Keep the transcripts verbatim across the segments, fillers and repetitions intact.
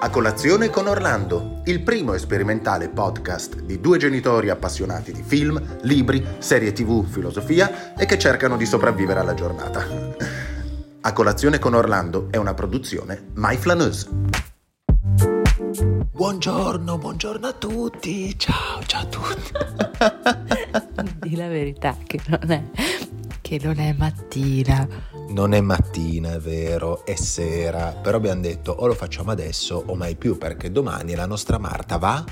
A colazione con Orlando, il primo e sperimentale podcast di due genitori appassionati di film, libri, serie tv, filosofia e che cercano di sopravvivere alla giornata. A colazione con Orlando è una produzione My Flaneuse. Buongiorno, buongiorno a tutti, ciao, ciao a tutti. Di la verità che non è, che non è mattina. Non è mattina, è vero, è sera, però abbiamo detto o lo facciamo adesso o mai più, perché domani la nostra Marta va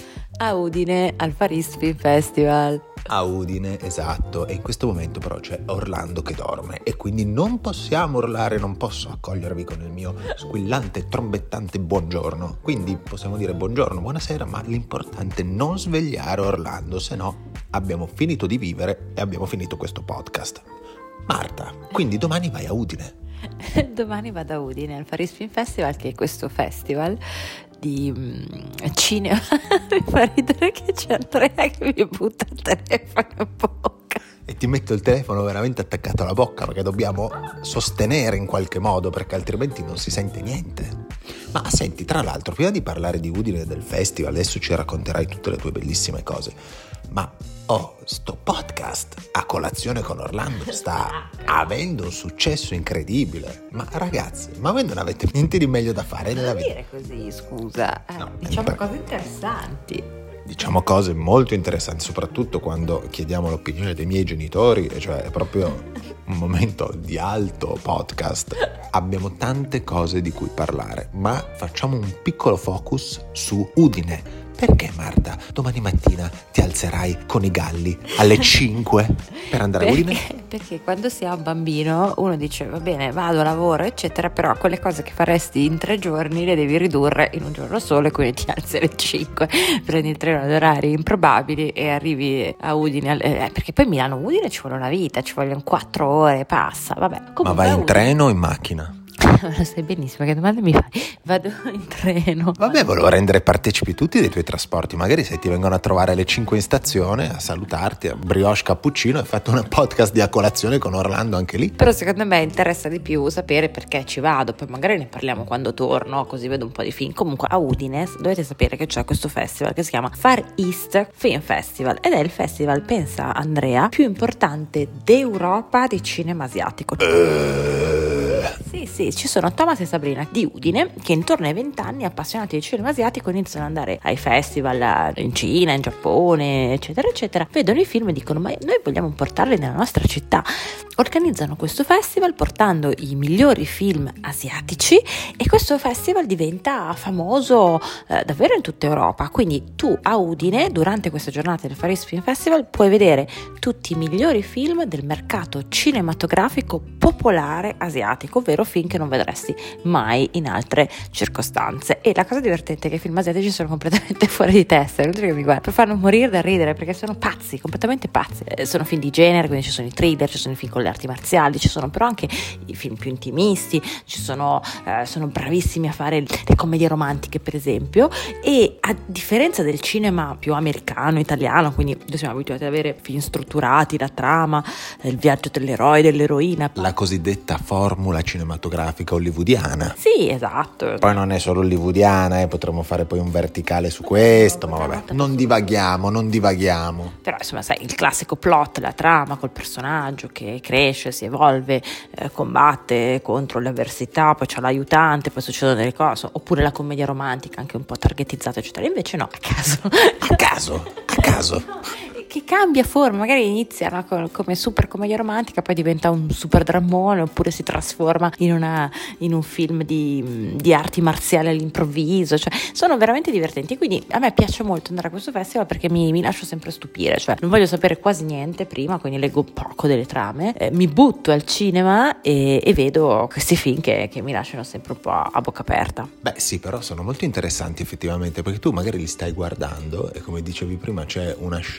a Udine al Far East Film Festival. A Udine, esatto, e in questo momento però c'è Orlando che dorme e quindi non possiamo urlare, non posso accogliervi con il mio squillante, trombettante buongiorno. Quindi possiamo dire buongiorno, buonasera, ma l'importante è non svegliare Orlando, se no abbiamo finito di vivere e abbiamo finito questo podcast. Marta, quindi domani vai a Udine? Domani vado a Udine al Far East Film Festival, che è questo festival di um, cinema. Mi fa ridere che c'è Andrea che mi butta il telefono in bocca. E ti metto il telefono veramente attaccato alla bocca, perché dobbiamo sostenere in qualche modo, perché altrimenti non si sente niente. Ma senti, tra l'altro, prima di parlare di Udine e del festival, adesso ci racconterai tutte le tue bellissime cose, ma oh, sto podcast A colazione con Orlando sta avendo un successo incredibile. Ma ragazzi, ma voi non avete niente di meglio da fare nella vita? Non dire così, scusa, eh, No, diciamo per... cose interessanti. Diciamo cose molto interessanti, soprattutto quando chiediamo l'opinione dei miei genitori, cioè è proprio un momento di alto podcast. Abbiamo tante cose di cui parlare, ma facciamo un piccolo focus su Udine. Perché Marta, domani mattina ti alzerai con i galli alle cinque per andare perché, a Udine? Perché quando si ha un bambino uno dice va bene, vado, lavoro eccetera, però quelle cose che faresti in tre giorni le devi ridurre in un giorno solo, e quindi ti alzi alle cinque, prendi il treno ad orari improbabili e arrivi a Udine, eh, perché poi Milano-Udine ci vuole una vita, ci vogliono quattro ore, passa, vabbè. Comunque, ma vai in treno o in macchina? Lo sai benissimo, che domande mi fai? Vado in treno. Vabbè, volevo rendere partecipi tutti dei tuoi trasporti. Magari se ti vengono a trovare alle cinque in stazione a salutarti, a brioche cappuccino, hai fatto un podcast di A colazione con Orlando anche lì. Però secondo me interessa di più sapere perché ci vado, poi magari ne parliamo quando torno, così vedo un po' di film. Comunque a Udine dovete sapere che c'è questo festival che si chiama Far East Film Festival ed è il festival, pensa Andrea, più importante d'Europa di cinema asiatico. Uh... Sì, sì, ci sono Thomas e Sabrina di Udine che intorno ai vent'anni, appassionati di cinema asiatico, iniziano ad andare ai festival in Cina, in Giappone, eccetera, eccetera. Vedono i film e dicono ma noi vogliamo portarli nella nostra città. Organizzano questo festival portando i migliori film asiatici e questo festival diventa famoso eh, davvero in tutta Europa. Quindi tu a Udine, durante questa giornata del Far East Film Festival, puoi vedere tutti i migliori film del mercato cinematografico popolare asiatico, ovvero film che non vedresti mai in altre circostanze. E la cosa divertente è che i film asiatici sono completamente fuori di testa, è inutile che mi guardi, per farlo morire da ridere, perché sono pazzi, completamente pazzi. Eh, sono film di genere, quindi ci sono i thriller, ci sono i film con le arti marziali, ci sono però anche i film più intimisti, ci sono, eh, sono bravissimi a fare le commedie romantiche per esempio, e a differenza del cinema più americano, italiano, quindi noi siamo abituati ad avere film strutturati, la trama, eh, il viaggio dell'eroe, dell'eroina, la cosiddetta formula cinematografica hollywoodiana. Sì, esatto. Poi non è solo hollywoodiana, eh, potremmo fare poi un verticale su questo, ma vabbè, non divaghiamo, non divaghiamo. Però insomma sai, il classico plot, la trama col personaggio che cresce, si evolve, eh, combatte contro le avversità, poi c'è l'aiutante, poi succedono delle cose, oppure la commedia romantica anche un po' targetizzata eccetera. Invece no, a caso. A caso, a caso. Che cambia forma, magari inizia no, come super commedia romantica, poi diventa un super drammone, oppure si trasforma in, una, in un film di, di arti marziali all'improvviso, cioè sono veramente divertenti. Quindi a me piace molto andare a questo festival perché mi, mi lascio sempre stupire, cioè non voglio sapere quasi niente prima, quindi leggo poco delle trame, eh, mi butto al cinema e, e vedo questi film che, che mi lasciano sempre un po' a, a bocca aperta. Beh sì, però sono molto interessanti effettivamente, perché tu magari li stai guardando e come dicevi prima c'è una scena d'amore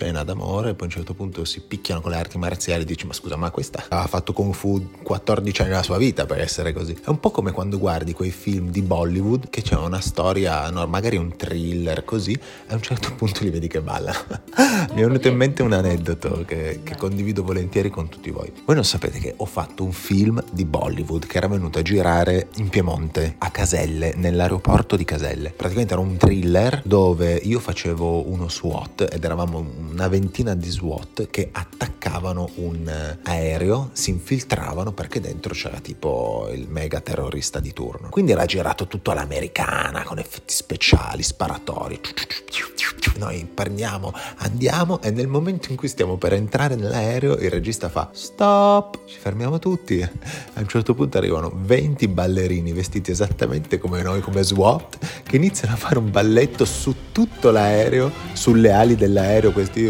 d'amore, poi a un certo punto si picchiano con le arti marziali e dici ma scusa, ma questa ha fatto Kung Fu quattordici anni della sua vita per essere così. È un po' come quando guardi quei film di Bollywood che c'è una storia, no, magari un thriller così, e a un certo punto li vedi che ballano. Mi è venuto in mente un aneddoto che, che condivido volentieri con tutti voi. Voi non sapete che ho fatto un film di Bollywood che era venuto a girare in Piemonte, a Caselle, nell'aeroporto di Caselle. Praticamente era un thriller dove io facevo uno SWAT ed eravamo una ventina di SWAT che attaccavano un aereo, si infiltravano perché dentro c'era tipo il mega terrorista di turno. Quindi era girato tutto all'americana con effetti speciali, sparatori. Noi parliamo, andiamo, e nel momento in cui stiamo per entrare nell'aereo il regista fa stop, ci fermiamo tutti. A un certo punto arrivano venti ballerini vestiti esattamente come noi, come SWAT, che iniziano a fare un balletto su tutto l'aereo, sulle ali dell'aereo, questi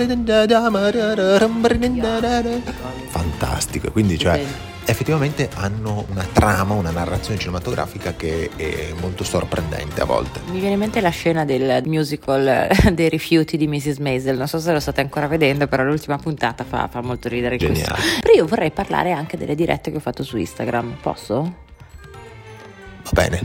fantastico. Quindi cioè effettivamente hanno una trama, una narrazione cinematografica che è molto sorprendente a volte. Mi viene in mente la scena del musical dei rifiuti di missus Maisel, non so se lo state ancora vedendo, però l'ultima puntata fa, fa molto ridere. Geniale. Questo. Però io vorrei parlare anche delle dirette che ho fatto su Instagram, posso? Va bene.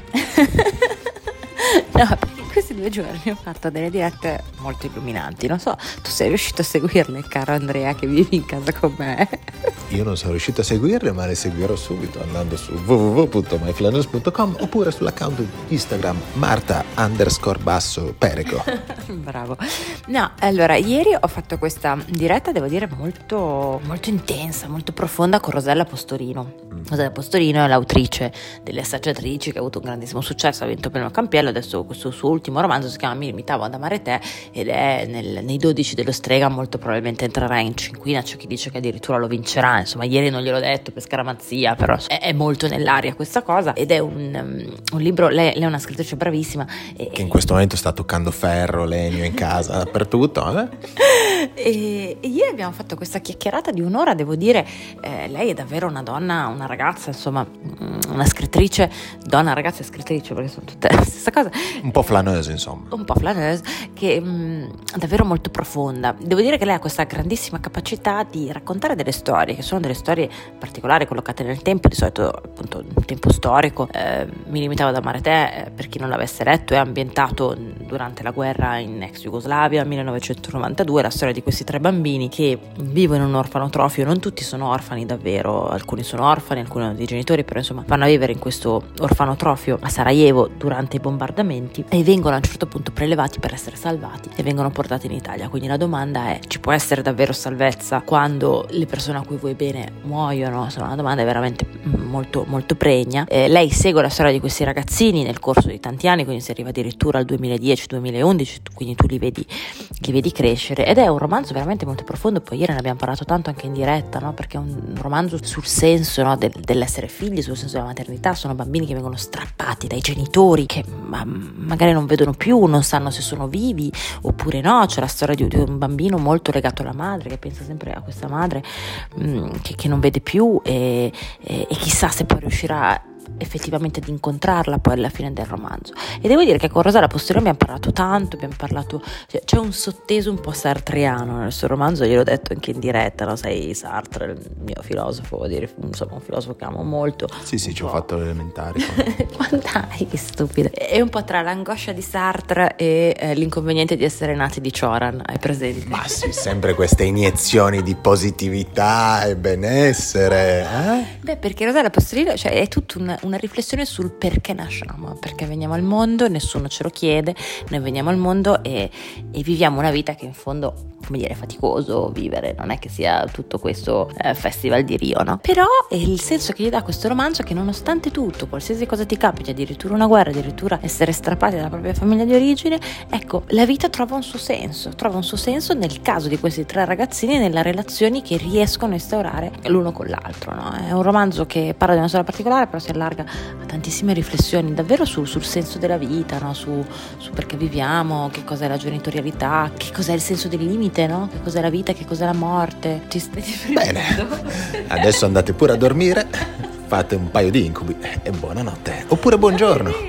No, perché in questi due giorni ho fatto delle dirette molto illuminanti. Non so, tu sei riuscito a seguirle, caro Andrea, che vivi in casa con me? Io non sono riuscito a seguirle, ma le seguirò subito andando su w w w punto my flanders punto com oppure sull'account Instagram Marta underscore basso Perico. Bravo. No, allora, ieri ho fatto questa diretta, devo dire, molto, molto intensa, molto profonda con Rosella Postorino. Mm. Rosella Postorino è l'autrice delle Assaggiatrici, che ha avuto un grandissimo successo, ha vinto il premio Campiello. Adesso questo suo ultimo romanzo si chiama Mi limitavo ad amare te ed è nel, nei dodici dello Strega, molto probabilmente entrerà in cinquina, c'è chi dice che addirittura lo vincerà. Insomma, ieri non gliel'ho detto per scaramanzia, però è, è molto nell'aria questa cosa, ed è un, um, un libro, lei, lei è una scrittrice bravissima e, che in questo momento sta toccando ferro, legno in casa, dappertutto, eh? e, e ieri abbiamo fatto questa chiacchierata di un'ora, devo dire, eh, lei è davvero una donna, una ragazza, insomma, una scrittrice, donna, ragazza e scrittrice, perché sono tutte la stessa cosa, un po' flaneuse, insomma, un po' flaneuse, che mh, davvero molto profonda. Devo dire che lei ha questa grandissima capacità di raccontare delle storie che sono delle storie particolari, collocate nel tempo, di solito appunto un tempo storico. eh, Mi limitavo ad amare te, eh, per chi non l'avesse letto, è ambientato durante la guerra in ex Jugoslavia, millenovecentonovantadue, la storia di questi tre bambini che vivono in un orfanotrofio. Non tutti sono orfani davvero, alcuni sono orfani, alcuni hanno dei genitori, però insomma vanno a vivere in questo orfanotrofio a Sarajevo durante i bombardamenti e vengono a un certo punto prelevati per essere salvati e vengono portati in Italia. Quindi la domanda è: ci può essere davvero salvezza quando le persone a cui vuoi bene muoiono? Insomma, una domanda è veramente molto molto pregna. Eh, lei segue la storia di questi ragazzini nel corso di tanti anni, quindi si arriva addirittura al duemiladieci duemilaundici, quindi tu li vedi, li vedi crescere, ed è un romanzo veramente molto profondo. Poi ieri ne abbiamo parlato tanto anche in diretta, no? Perché è un romanzo sul senso, no? Del, dell'essere figli, sul senso della maternità. Sono bambini che vengono strappati dai genitori, che ma, magari non vedono più, non sanno se sono vivi oppure no. C'è la storia di, di un bambino molto legato alla madre, che pensa sempre a questa madre mh, che, che non vede più e, e, e chissà se poi riuscirà effettivamente ad incontrarla poi alla fine del romanzo. E devo dire che con Rosella Postorino abbiamo parlato tanto, abbiamo parlato, cioè, c'è un sotteso un po' sartriano nel suo romanzo, gliel'ho detto anche in diretta, no? Sei Sartre, il mio filosofo, vuol dire, insomma, un filosofo che amo molto. Sì, sì, ci ho fatto l'elementare. Dai, che stupido. È un po' tra l'angoscia di Sartre e eh, l'inconveniente di essere nati di Cioran, hai presente? Ma sì, sempre queste iniezioni di positività e benessere, eh? Beh, perché Rosella Postorino, cioè, è tutta una, una riflessione sul perché nasciamo, perché veniamo al mondo, nessuno ce lo chiede, noi veniamo al mondo e, e viviamo una vita che in fondo, come dire, è faticoso vivere, non è che sia tutto questo eh, festival di Rio, no? Però è il senso che gli dà questo romanzo, che nonostante tutto, qualsiasi cosa ti capiti, addirittura una guerra, addirittura essere strappati dalla propria famiglia di origine, ecco, la vita trova un suo senso, trova un suo senso nel caso di questi tre ragazzini, nelle relazioni che riescono a instaurare l'uno con l'altro, no? È un romanzo che parla di una storia particolare, però si allarga a tantissime riflessioni davvero sul, sul senso della vita, no? Su, su perché viviamo, che cos'è la genitorialità, che cos'è il senso del limite, no? Che cos'è la vita, che cos'è la morte. Ti stai Bene, adesso andate pure a dormire, fate un paio di incubi e buonanotte, oppure buongiorno.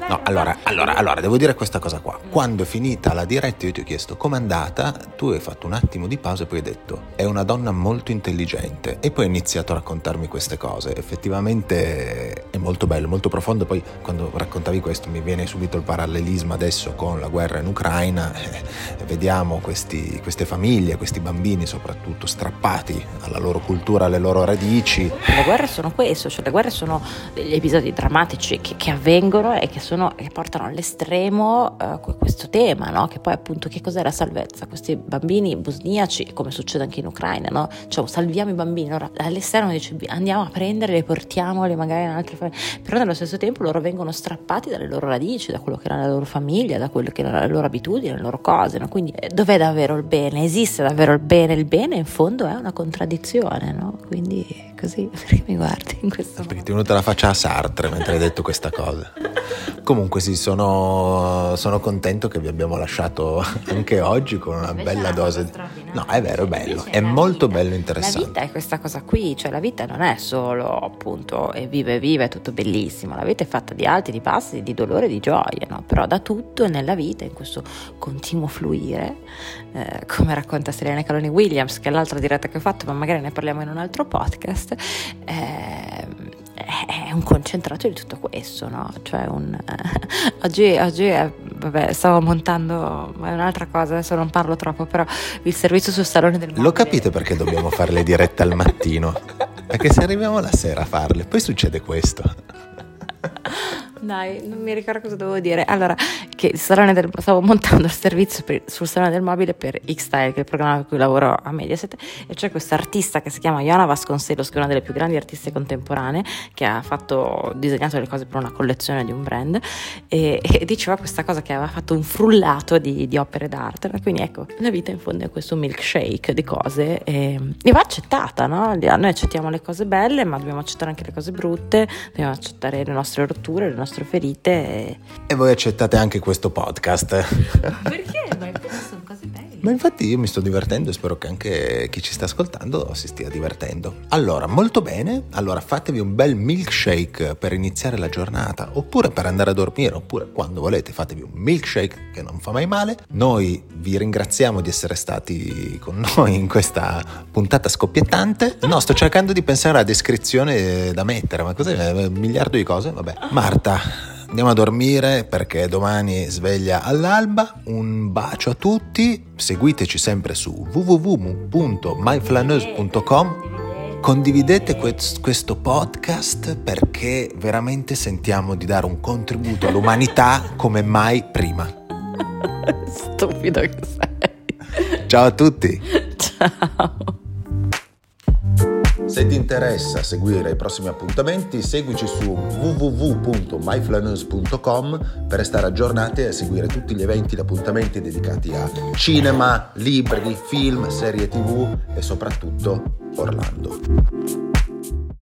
No, allora, allora, allora, devo dire questa cosa qua. Quando è finita la diretta io ti ho chiesto com'è andata, tu hai fatto un attimo di pausa e poi hai detto è una donna molto intelligente e poi hai iniziato a raccontarmi queste cose. Effettivamente è molto bello, molto profondo. Poi quando raccontavi questo mi viene subito il parallelismo adesso con la guerra in Ucraina. Eh, vediamo questi, queste famiglie, questi bambini soprattutto strappati alla loro cultura, alle loro radici. Le guerre sono questo, cioè le guerre sono degli episodi drammatici che, che avvengono e che sono che portano all'estremo uh, questo tema, no? Che poi appunto che cos'è la salvezza? Questi bambini bosniaci, come succede anche in Ucraina, no? Cioè salviamo i bambini, allora all'esterno dice andiamo a prenderli e portiamoli magari in altre famiglie, però nello stesso tempo loro vengono strappati dalle loro radici, da quello che era la loro famiglia, da quello che era la loro abitudine, le loro cose, no? Quindi eh, dov'è davvero il bene? Esiste davvero il bene? Il bene in fondo è una contraddizione, no? Quindi così, perché mi guardi in questo perché modo? ti è venuta la faccia a Sartre mentre hai detto questa cosa. Comunque sì, sono, sono contento che vi abbiamo lasciato anche oggi con una Invece bella è una dose cosa straordinaria. no, è vero, è bello, Invece è la molto vita- bello e interessante. La vita è questa cosa qui, cioè la vita non è solo appunto e vive e vive, è tutto bellissimo, la vita è fatta di alti, di bassi, di dolore, di gioie, no? Però da tutto nella vita, in questo continuo fluire, eh, come racconta Selene Caloni Williams, che è l'altra diretta che ho fatto, ma magari ne parliamo in un altro podcast, eh, è un concentrato di tutto questo, no? Cioè un eh, oggi, oggi è, vabbè, stavo montando, ma è un'altra cosa, adesso non parlo troppo, però il servizio sul salone del mobile. Lo capite perché dobbiamo fare le dirette al mattino? Perché se arriviamo la sera a farle, poi succede questo. Dai, non mi ricordo cosa dovevo dire. Allora, che il salone del, stavo montando il servizio per, sul salone del mobile per X-Style, che è il programma per cui lavoro a Mediaset, e c'è questa artista che si chiama Ioana Vasconcelos, che è una delle più grandi artiste contemporanee, che ha fatto disegnato delle cose per una collezione di un brand, e, e diceva questa cosa, che aveva fatto un frullato di, di opere d'arte. Quindi ecco, la vita in fondo è questo milkshake di cose e, e va accettata, no? Noi accettiamo le cose belle, ma dobbiamo accettare anche le cose brutte, dobbiamo accettare le nostre rotture, le nostre ferite e... E voi accettate anche questo podcast. Perché? Ma sono cose belle. Ma infatti io mi sto divertendo e spero che anche chi ci sta ascoltando si stia divertendo. Allora, molto bene, allora fatevi un bel milkshake per iniziare la giornata, oppure per andare a dormire, oppure quando volete fatevi un milkshake che non fa mai male. Noi vi ringraziamo di essere stati con noi in questa puntata scoppiettante. No, sto cercando di pensare alla descrizione da mettere, ma cos'è? Un miliardo di cose? Vabbè. Marta, andiamo a dormire perché domani sveglia all'alba. Un bacio a tutti, seguiteci sempre su w w w punto my flaneuse punto com, condividete questo podcast perché veramente sentiamo di dare un contributo all'umanità come mai prima. Stupido che sei. Ciao a tutti. Ciao. Se ti interessa seguire i prossimi appuntamenti, seguici su w w w punto my flaneuse punto com per restare aggiornati e seguire tutti gli eventi e appuntamenti dedicati a cinema, libri, film, serie tv e soprattutto Orlando.